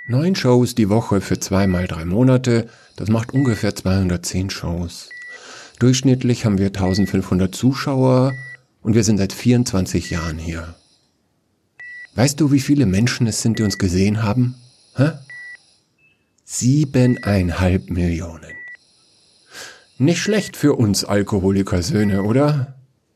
9 Shows die Woche für 2 mal 3 Monate, das macht ungefähr 210 Shows. Durchschnittlich haben wir 1500 Zuschauer und wir sind seit 24 Jahren hier. Weißt du, wie viele Menschen es sind, die uns gesehen haben? 7,5 Millionen. Nicht schlecht für uns Alkoholikersöhne, oder?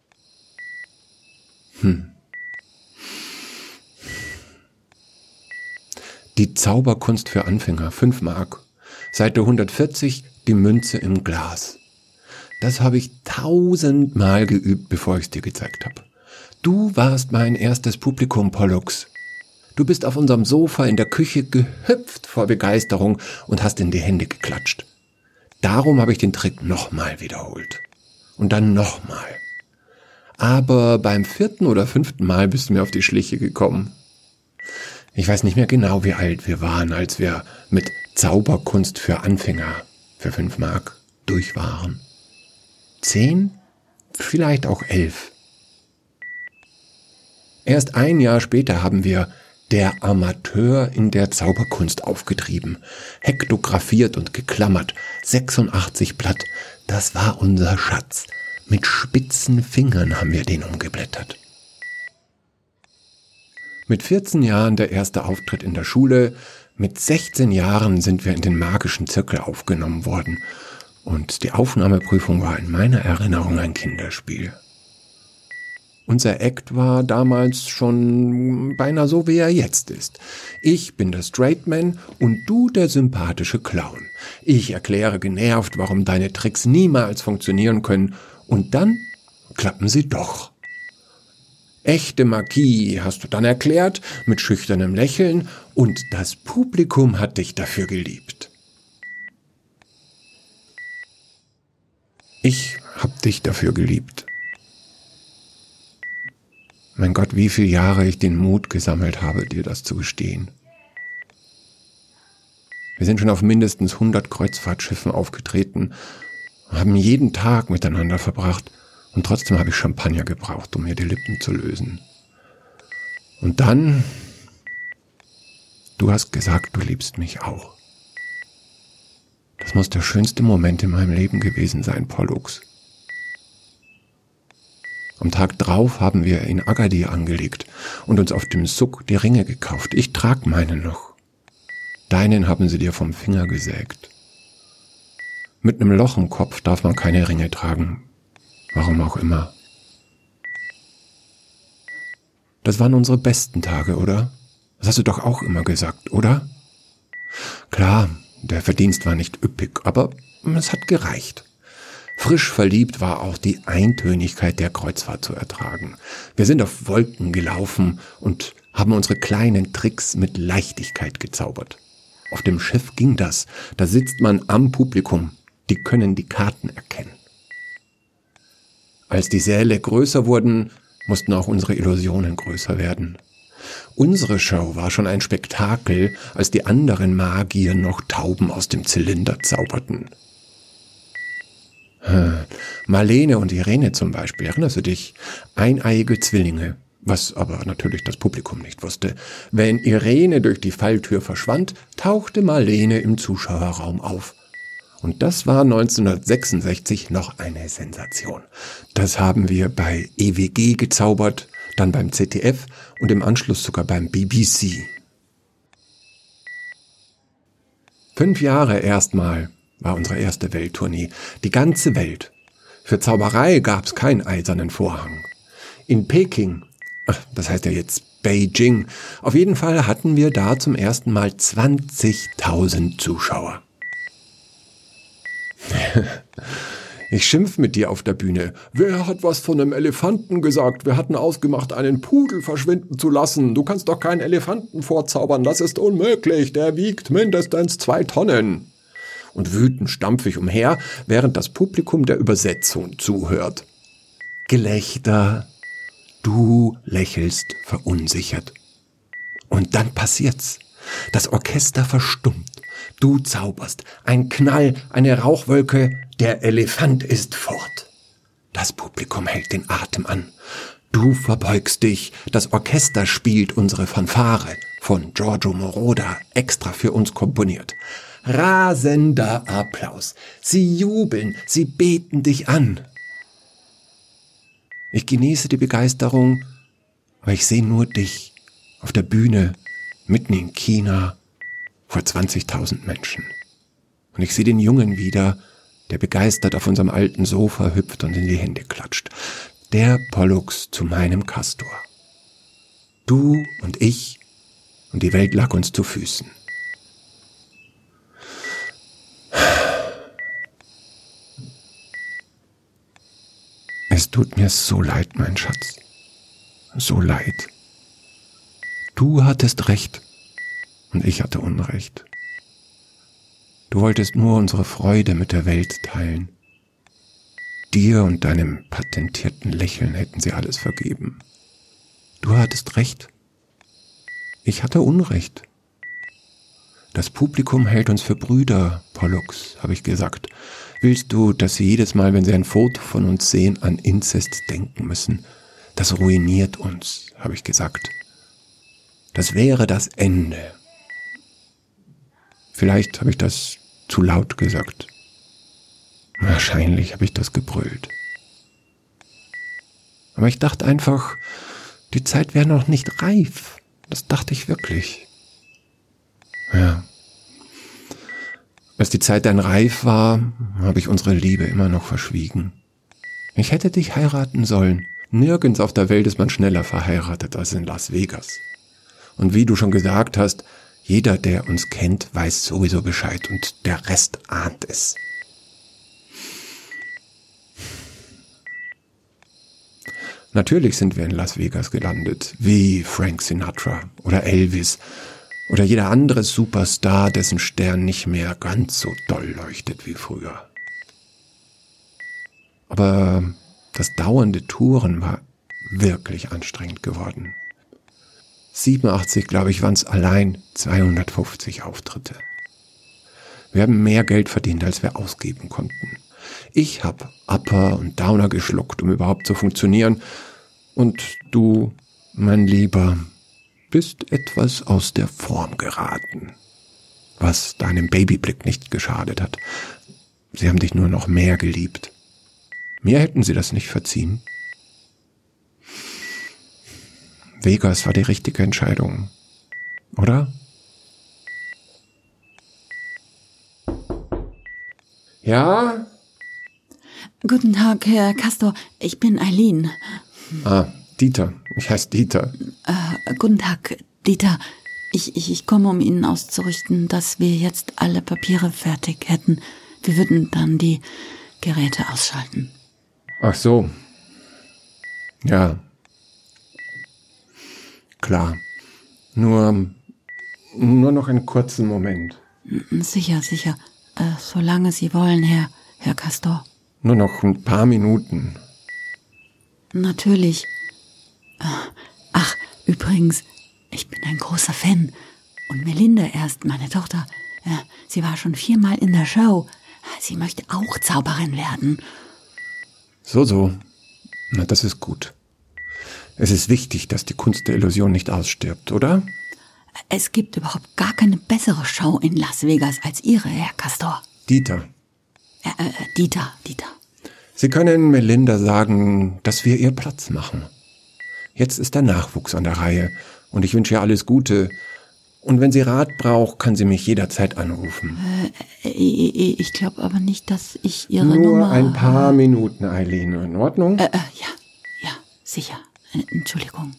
Die Zauberkunst für Anfänger, 5 Mark. Seite 140, die Münze im Glas. Das habe ich 1000-mal geübt, bevor ich es dir gezeigt habe. Du warst mein erstes Publikum, Pollux. Du bist auf unserem Sofa in der Küche gehüpft vor Begeisterung und hast in die Hände geklatscht. Darum habe ich den Trick nochmal wiederholt. Und dann nochmal. Aber beim 4. oder 5. Mal bist du mir auf die Schliche gekommen. Ich weiß nicht mehr genau, wie alt wir waren, als wir mit Zauberkunst für Anfänger für 5 Mark durch waren. 10? Vielleicht auch 11. Erst ein Jahr später haben wir Der Amateur in der Zauberkunst aufgetrieben, hektografiert und geklammert, 86 Blatt, das war unser Schatz. Mit spitzen Fingern haben wir den umgeblättert. Mit 14 Jahren der erste Auftritt in der Schule, mit 16 Jahren sind wir in den magischen Zirkel aufgenommen worden und die Aufnahmeprüfung war in meiner Erinnerung ein Kinderspiel. Unser Act war damals schon beinahe so, wie er jetzt ist. Ich bin der Straight Man und du der sympathische Clown. Ich erkläre genervt, warum deine Tricks niemals funktionieren können und dann klappen sie doch. Echte Magie, hast du dann erklärt, mit schüchternem Lächeln, und das Publikum hat dich dafür geliebt. Ich hab dich dafür geliebt. Mein Gott, wie viele Jahre ich den Mut gesammelt habe, dir das zu gestehen. Wir sind schon auf mindestens 100 Kreuzfahrtschiffen aufgetreten, haben jeden Tag miteinander verbracht und trotzdem habe ich Champagner gebraucht, um mir die Lippen zu lösen. Und dann, du hast gesagt, du liebst mich auch. Das muss der schönste Moment in meinem Leben gewesen sein, Pollux. Am Tag drauf haben wir in Agadir angelegt und uns auf dem Suk die Ringe gekauft. Ich trag meinen noch. Deinen haben sie dir vom Finger gesägt. Mit einem Loch im Kopf darf man keine Ringe tragen. Warum auch immer. Das waren unsere besten Tage, oder? Das hast du doch auch immer gesagt, oder? Klar, der Verdienst war nicht üppig, aber es hat gereicht. Frisch verliebt war auch die Eintönigkeit der Kreuzfahrt zu ertragen. Wir sind auf Wolken gelaufen und haben unsere kleinen Tricks mit Leichtigkeit gezaubert. Auf dem Schiff ging das. Da sitzt man am Publikum. Die können die Karten erkennen. Als die Säle größer wurden, mussten auch unsere Illusionen größer werden. Unsere Show war schon ein Spektakel, als die anderen Magier noch Tauben aus dem Zylinder zauberten. Marlene und Irene zum Beispiel, erinnerst du dich? Eineiige Zwillinge, was aber natürlich das Publikum nicht wusste. Wenn Irene durch die Falltür verschwand, tauchte Marlene im Zuschauerraum auf. Und das war 1966 noch eine Sensation. Das haben wir bei EWG gezaubert, dann beim ZDF und im Anschluss sogar beim BBC. 5 Jahre erstmal war unsere erste Welttournee. Die ganze Welt. Für Zauberei gab's keinen eisernen Vorhang. In Peking, das heißt ja jetzt Beijing, auf jeden Fall hatten wir da zum ersten Mal 20.000 Zuschauer. Ich schimpf mit dir auf der Bühne. Wer hat was von einem Elefanten gesagt? Wir hatten ausgemacht, einen Pudel verschwinden zu lassen. Du kannst doch keinen Elefanten vorzaubern, das ist unmöglich. Der wiegt mindestens 2 Tonnen. Und wütend stampfe ich umher, während das Publikum der Übersetzung zuhört. Gelächter. Du lächelst verunsichert. Und dann passiert's. Das Orchester verstummt. Du zauberst. Ein Knall, eine Rauchwolke. Der Elefant ist fort. Das Publikum hält den Atem an. Du verbeugst dich. Das Orchester spielt unsere Fanfare. von Giorgio Moroder extra für uns komponiert. Rasender Applaus. Sie jubeln, sie beten dich an. Ich genieße die Begeisterung, aber ich sehe nur dich auf der Bühne, mitten in China, vor 20.000 Menschen. Und ich sehe den Jungen wieder, der begeistert auf unserem alten Sofa hüpft und in die Hände klatscht. Der Pollux zu meinem Castor. Du und ich und die Welt lag uns zu Füßen. Es tut mir so leid, mein Schatz. So leid. Du hattest recht und ich hatte Unrecht. Du wolltest nur unsere Freude mit der Welt teilen. Dir und deinem patentierten Lächeln hätten sie alles vergeben. Du hattest recht. Ich hatte Unrecht. Das Publikum hält uns für Brüder, Pollux, habe ich gesagt. Willst du, dass sie jedes Mal, wenn sie ein Foto von uns sehen, an Inzest denken müssen? Das ruiniert uns, habe ich gesagt. Das wäre das Ende. Vielleicht habe ich das zu laut gesagt. Wahrscheinlich habe ich das gebrüllt. Aber ich dachte einfach, die Zeit wäre noch nicht reif. Das dachte ich wirklich. Ja. Als die Zeit dann reif war, habe ich unsere Liebe immer noch verschwiegen. Ich hätte dich heiraten sollen. Nirgends auf der Welt ist man schneller verheiratet als in Las Vegas. Und wie du schon gesagt hast, jeder, der uns kennt, weiß sowieso Bescheid und der Rest ahnt es. Natürlich sind wir in Las Vegas gelandet, wie Frank Sinatra oder Elvis oder jeder andere Superstar, dessen Stern nicht mehr ganz so doll leuchtet wie früher. Aber das dauernde Touren war wirklich anstrengend geworden. 87, glaube ich, waren es allein 250 Auftritte. Wir haben mehr Geld verdient, als wir ausgeben konnten. Ich habe Upper und Downer geschluckt, um überhaupt zu funktionieren. Und du, mein Lieber, bist etwas aus der Form geraten, was deinem Babyblick nicht geschadet hat. Sie haben dich nur noch mehr geliebt. Mir hätten sie das nicht verziehen. Vegas war die richtige Entscheidung, oder? Ja? Guten Tag, Herr Castor. Ich bin Eileen. Ah, Dieter. Ich heiße Dieter. Guten Tag, Dieter. Ich komme, um Ihnen auszurichten, dass wir jetzt alle Papiere fertig hätten. Wir würden dann die Geräte ausschalten. Ach so. Ja. Klar. Nur noch einen kurzen Moment. Sicher. Solange Sie wollen, Herr Castor. Nur noch ein paar Minuten. Natürlich. Ach, übrigens, ich bin ein großer Fan. Und Melinda erst, meine Tochter. Sie war schon 4-mal in der Show. Sie möchte auch Zauberin werden. So. Na, das ist gut. Es ist wichtig, dass die Kunst der Illusion nicht ausstirbt, oder? Es gibt überhaupt gar keine bessere Show in Las Vegas als Ihre, Herr Castor. Dieter. Dieter. Sie können Melinda sagen, dass wir ihr Platz machen. Jetzt ist der Nachwuchs an der Reihe und ich wünsche ihr alles Gute. Und wenn sie Rat braucht, kann sie mich jederzeit anrufen. Ich glaube aber nicht, dass ich Ihre Nur Nummer... Nur ein paar Minuten, Eileen. In Ordnung? Ja, sicher. Entschuldigung.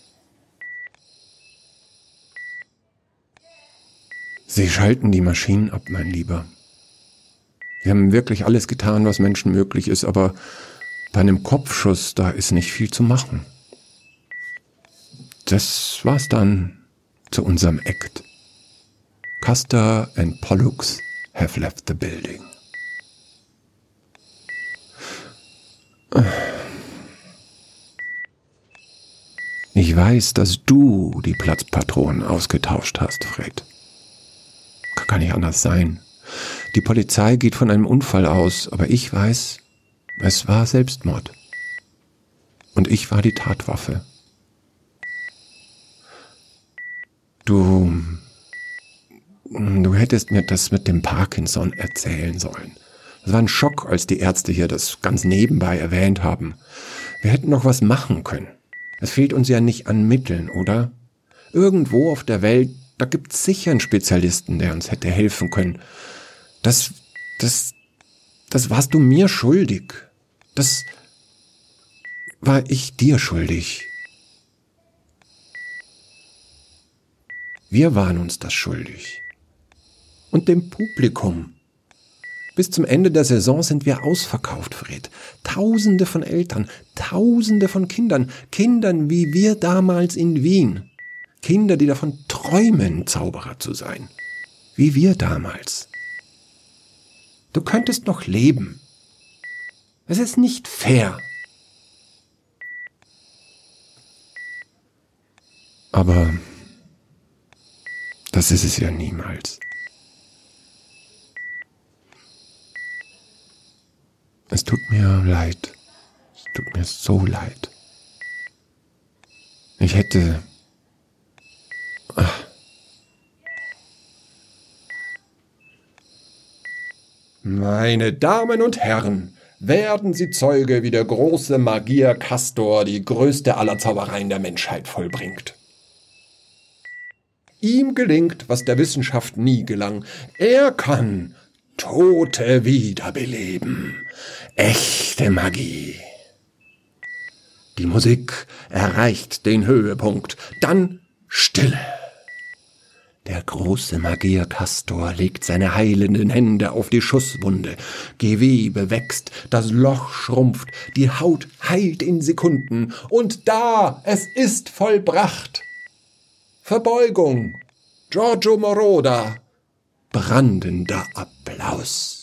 Sie schalten die Maschinen ab, mein Lieber. Wir haben wirklich alles getan, was Menschen möglich ist, aber bei einem Kopfschuss, da ist nicht viel zu machen. Das war's dann zu unserem Act. Castor and Pollux have left the building. Ich weiß, dass du die Platzpatronen ausgetauscht hast, Fred. Kann gar nicht anders sein. Die Polizei geht von einem Unfall aus, aber ich weiß, es war Selbstmord. Und ich war die Tatwaffe. Du hättest mir das mit dem Parkinson erzählen sollen. Das war ein Schock, als die Ärzte hier das ganz nebenbei erwähnt haben. Wir hätten noch was machen können. Es fehlt uns ja nicht an Mitteln, oder? Irgendwo auf der Welt, da gibt's sicher einen Spezialisten, der uns hätte helfen können. Das warst du mir schuldig. Das war ich dir schuldig. Wir waren uns das schuldig. Und dem Publikum. Bis zum Ende der Saison sind wir ausverkauft, Fred. Tausende von Eltern, Tausende von Kindern. Kindern wie wir damals in Wien. Kinder, die davon träumen, Zauberer zu sein. Wie wir damals. Du könntest noch leben. Es ist nicht fair. Aber das ist es ja niemals. Es tut mir leid. Es tut mir so leid. Ich hätte... Meine Damen und Herren, werden Sie Zeuge, wie der große Magier Castor die größte aller Zaubereien der Menschheit vollbringt. Ihm gelingt, was der Wissenschaft nie gelang. Er kann Tote wiederbeleben. Echte Magie. Die Musik erreicht den Höhepunkt. Dann Stille. Der große Magier Castor legt seine heilenden Hände auf die Schusswunde. Gewebe wächst, das Loch schrumpft, die Haut heilt in Sekunden. Und da, es ist vollbracht. Verbeugung, Giorgio Moroder, brandender Applaus.